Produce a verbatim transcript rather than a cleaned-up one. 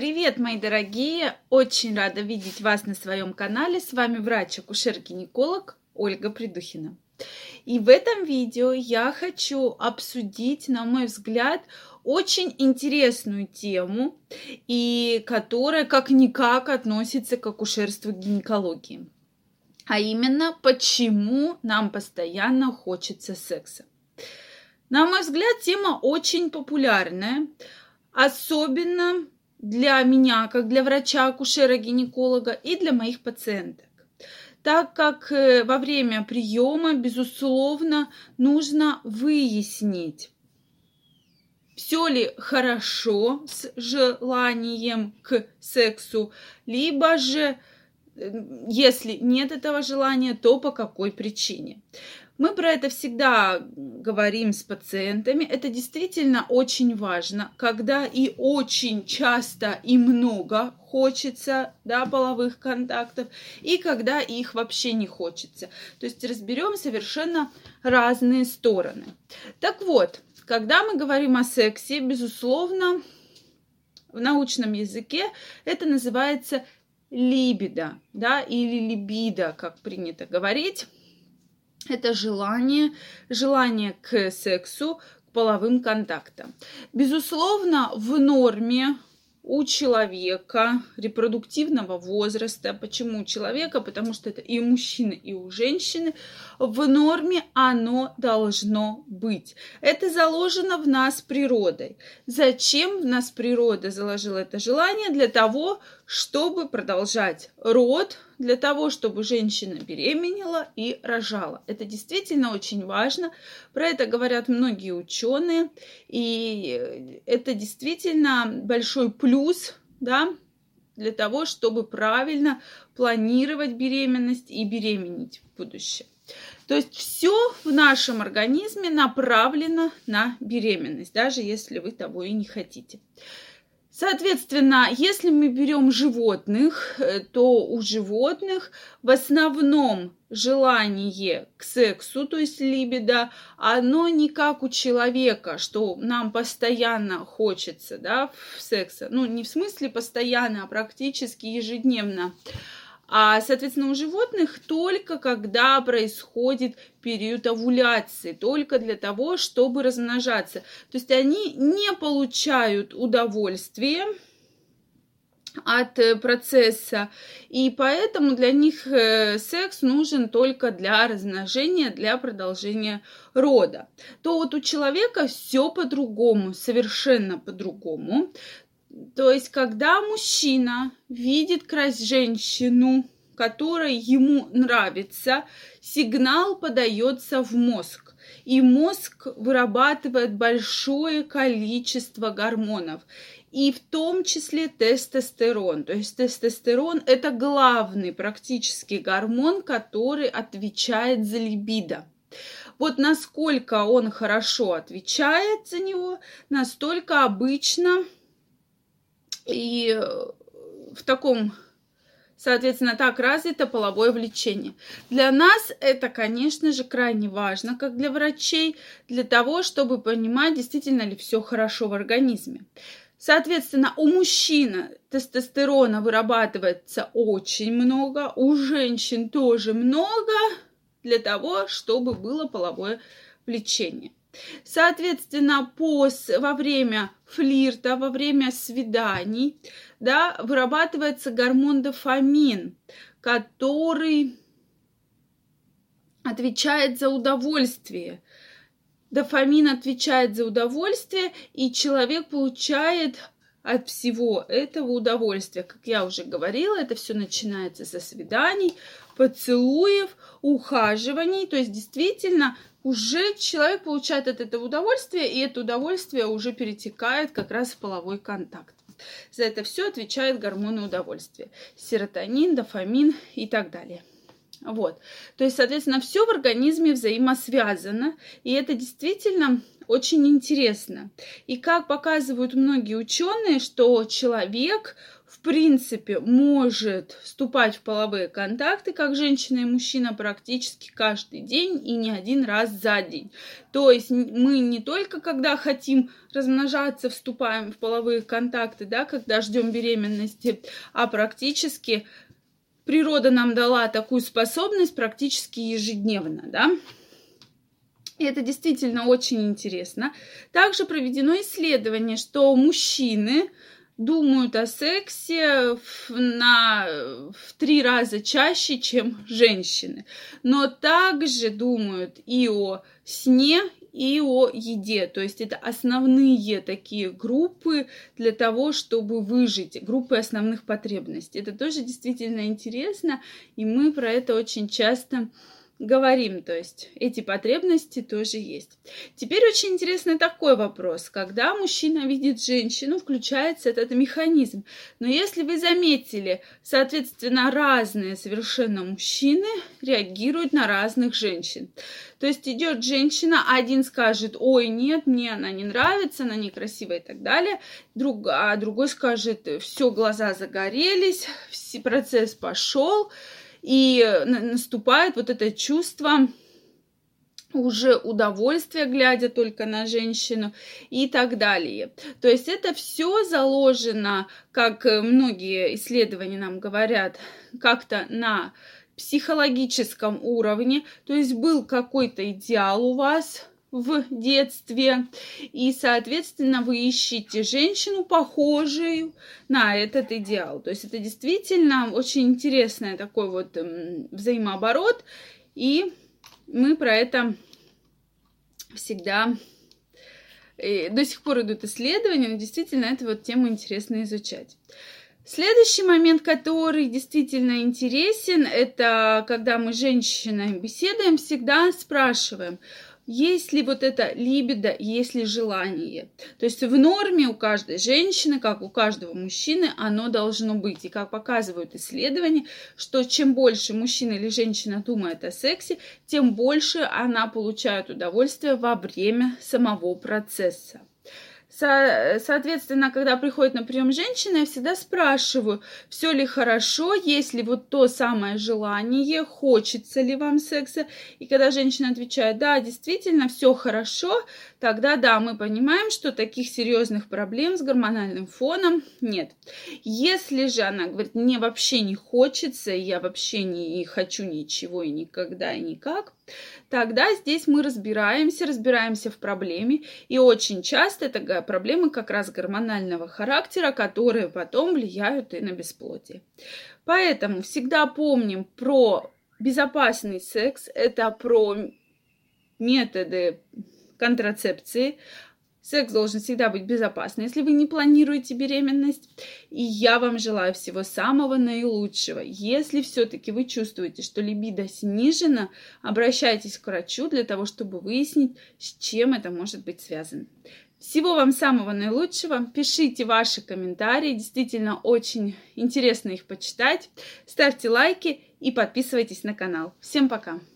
Привет, мои дорогие! Очень рада видеть вас на своем канале. С вами врач-акушер-гинеколог Ольга Придухина. И в этом видео я хочу обсудить, на мой взгляд, очень интересную тему, и которая как-никак относится к акушерству и гинекологии. А именно, почему нам постоянно хочется секса. На мой взгляд, тема очень популярная, особенно для меня, как для врача-акушера-гинеколога, и для моих пациенток. Так как во время приема, безусловно, нужно выяснить, все ли хорошо с желанием к сексу, либо же, если нет этого желания, то по какой причине. Мы про это всегда говорим с пациентами. Это действительно очень важно, когда и очень часто и много хочется, да, половых контактов, и когда их вообще не хочется. То есть разберем совершенно разные стороны. Так вот, когда мы говорим о сексе, безусловно, в научном языке это называется либидо, да, или либидо, как принято говорить. Это желание, желание к сексу, к половым контактам. Безусловно, в норме у человека репродуктивного возраста. Почему у человека? Потому что это и у мужчины, и у женщины. В норме оно должно быть. Это заложено в нас природой. Зачем в нас природа заложила это желание? Для того, чтобы продолжать род, для того, чтобы женщина беременела и рожала. Это действительно очень важно. Про это говорят многие ученые. И это действительно большой плюс, да, для того, чтобы правильно планировать беременность и беременеть в будущем. То есть все в нашем организме направлено на беременность, даже если вы того и не хотите. Соответственно, если мы берем животных, то у животных в основном желание к сексу, то есть либидо, оно не как у человека, что нам постоянно хочется, да, секса. Ну, не в смысле постоянно, а практически ежедневно. А, соответственно, у животных только когда происходит период овуляции, только для того, чтобы размножаться. То есть они не получают удовольствия от процесса, и поэтому для них секс нужен только для размножения, для продолжения рода. То вот у человека все по-другому, совершенно по-другому. То есть, когда мужчина видит женщину, которая ему нравится, сигнал подается в мозг. И мозг вырабатывает большое количество гормонов. И в том числе тестостерон. То есть тестостерон – это главный практически гормон, который отвечает за либидо. Вот насколько он хорошо отвечает за него, настолько обычно и в таком, соответственно, так развито половое влечение. Для нас это, конечно же, крайне важно, как для врачей, для того, чтобы понимать, действительно ли все хорошо в организме. Соответственно, у мужчин тестостерона вырабатывается очень много, у женщин тоже много, для того, чтобы было половое влечение. Соответственно, после, во время флирта, во время свиданий, да, вырабатывается гормон дофамин, который отвечает за удовольствие. Дофамин отвечает за удовольствие, и человек получает от всего этого удовольствия. Как я уже говорила, это все начинается со свиданий, поцелуев, ухаживаний. То есть, действительно, уже человек получает от этого удовольствие, и это удовольствие уже перетекает как раз в половой контакт. За это все отвечают гормоны удовольствия. Серотонин, дофамин и так далее. Вот. То есть, соответственно, все в организме взаимосвязано, и это действительно очень интересно. И как показывают многие ученые, что человек в принципе, может вступать в половые контакты, как женщина и мужчина, практически каждый день и не один раз за день. То есть мы не только когда хотим размножаться, вступаем в половые контакты, да, когда ждем беременности, а практически природа нам дала такую способность практически ежедневно, да. И это действительно очень интересно. Также проведено исследование, что мужчины думают о сексе в, на, в три раза чаще, чем женщины. Но также думают и о сне, и о еде. То есть это основные такие группы для того, чтобы выжить. Группы основных потребностей. Это тоже действительно интересно. И мы про это очень часто говорим, то есть эти потребности тоже есть. Теперь очень интересный такой вопрос. Когда мужчина видит женщину, включается этот механизм. Но если вы заметили, соответственно, разные совершенно мужчины реагируют на разных женщин. То есть идет женщина, один скажет: ой, нет, мне она не нравится, она некрасивая и так далее. Друг, а другой скажет: все, глаза загорелись, процесс пошел. И наступает вот это чувство уже удовольствия, глядя только на женщину и так далее. То есть это все заложено, как многие исследования нам говорят, как-то на психологическом уровне. То есть был какой-то идеал у вас в детстве, и, соответственно, вы ищете женщину, похожую на этот идеал. То есть это действительно очень интересный такой вот взаимооборот, и мы про это всегда... И до сих пор идут исследования, но действительно эту вот тему интересно изучать. Следующий момент, который действительно интересен, это когда мы с женщиной беседуем, всегда спрашиваем: есть ли вот это либидо, есть ли желание. То есть в норме у каждой женщины, как у каждого мужчины, оно должно быть. И как показывают исследования, что чем больше мужчина или женщина думает о сексе, тем больше она получает удовольствие во время самого процесса. Со- соответственно, когда приходит на прием женщина, я всегда спрашиваю, все ли хорошо, есть ли вот то самое желание, хочется ли вам секса. И когда женщина отвечает: да, действительно, все хорошо, тогда да, мы понимаем, что таких серьезных проблем с гормональным фоном нет. Если же она говорит: мне вообще не хочется, я вообще не хочу ничего и никогда и никак, тогда здесь мы разбираемся, разбираемся в проблеме. И очень часто это проблемы как раз гормонального характера, которые потом влияют и на бесплодие. Поэтому всегда помним про безопасный секс, это про методы контрацепции. Секс должен всегда быть безопасным, если вы не планируете беременность. И я вам желаю всего самого наилучшего. Если все-таки вы чувствуете, что либидо снижено, обращайтесь к врачу для того, чтобы выяснить, с чем это может быть связано. Всего вам самого наилучшего. Пишите ваши комментарии. Действительно очень интересно их почитать. Ставьте лайки и подписывайтесь на канал. Всем пока!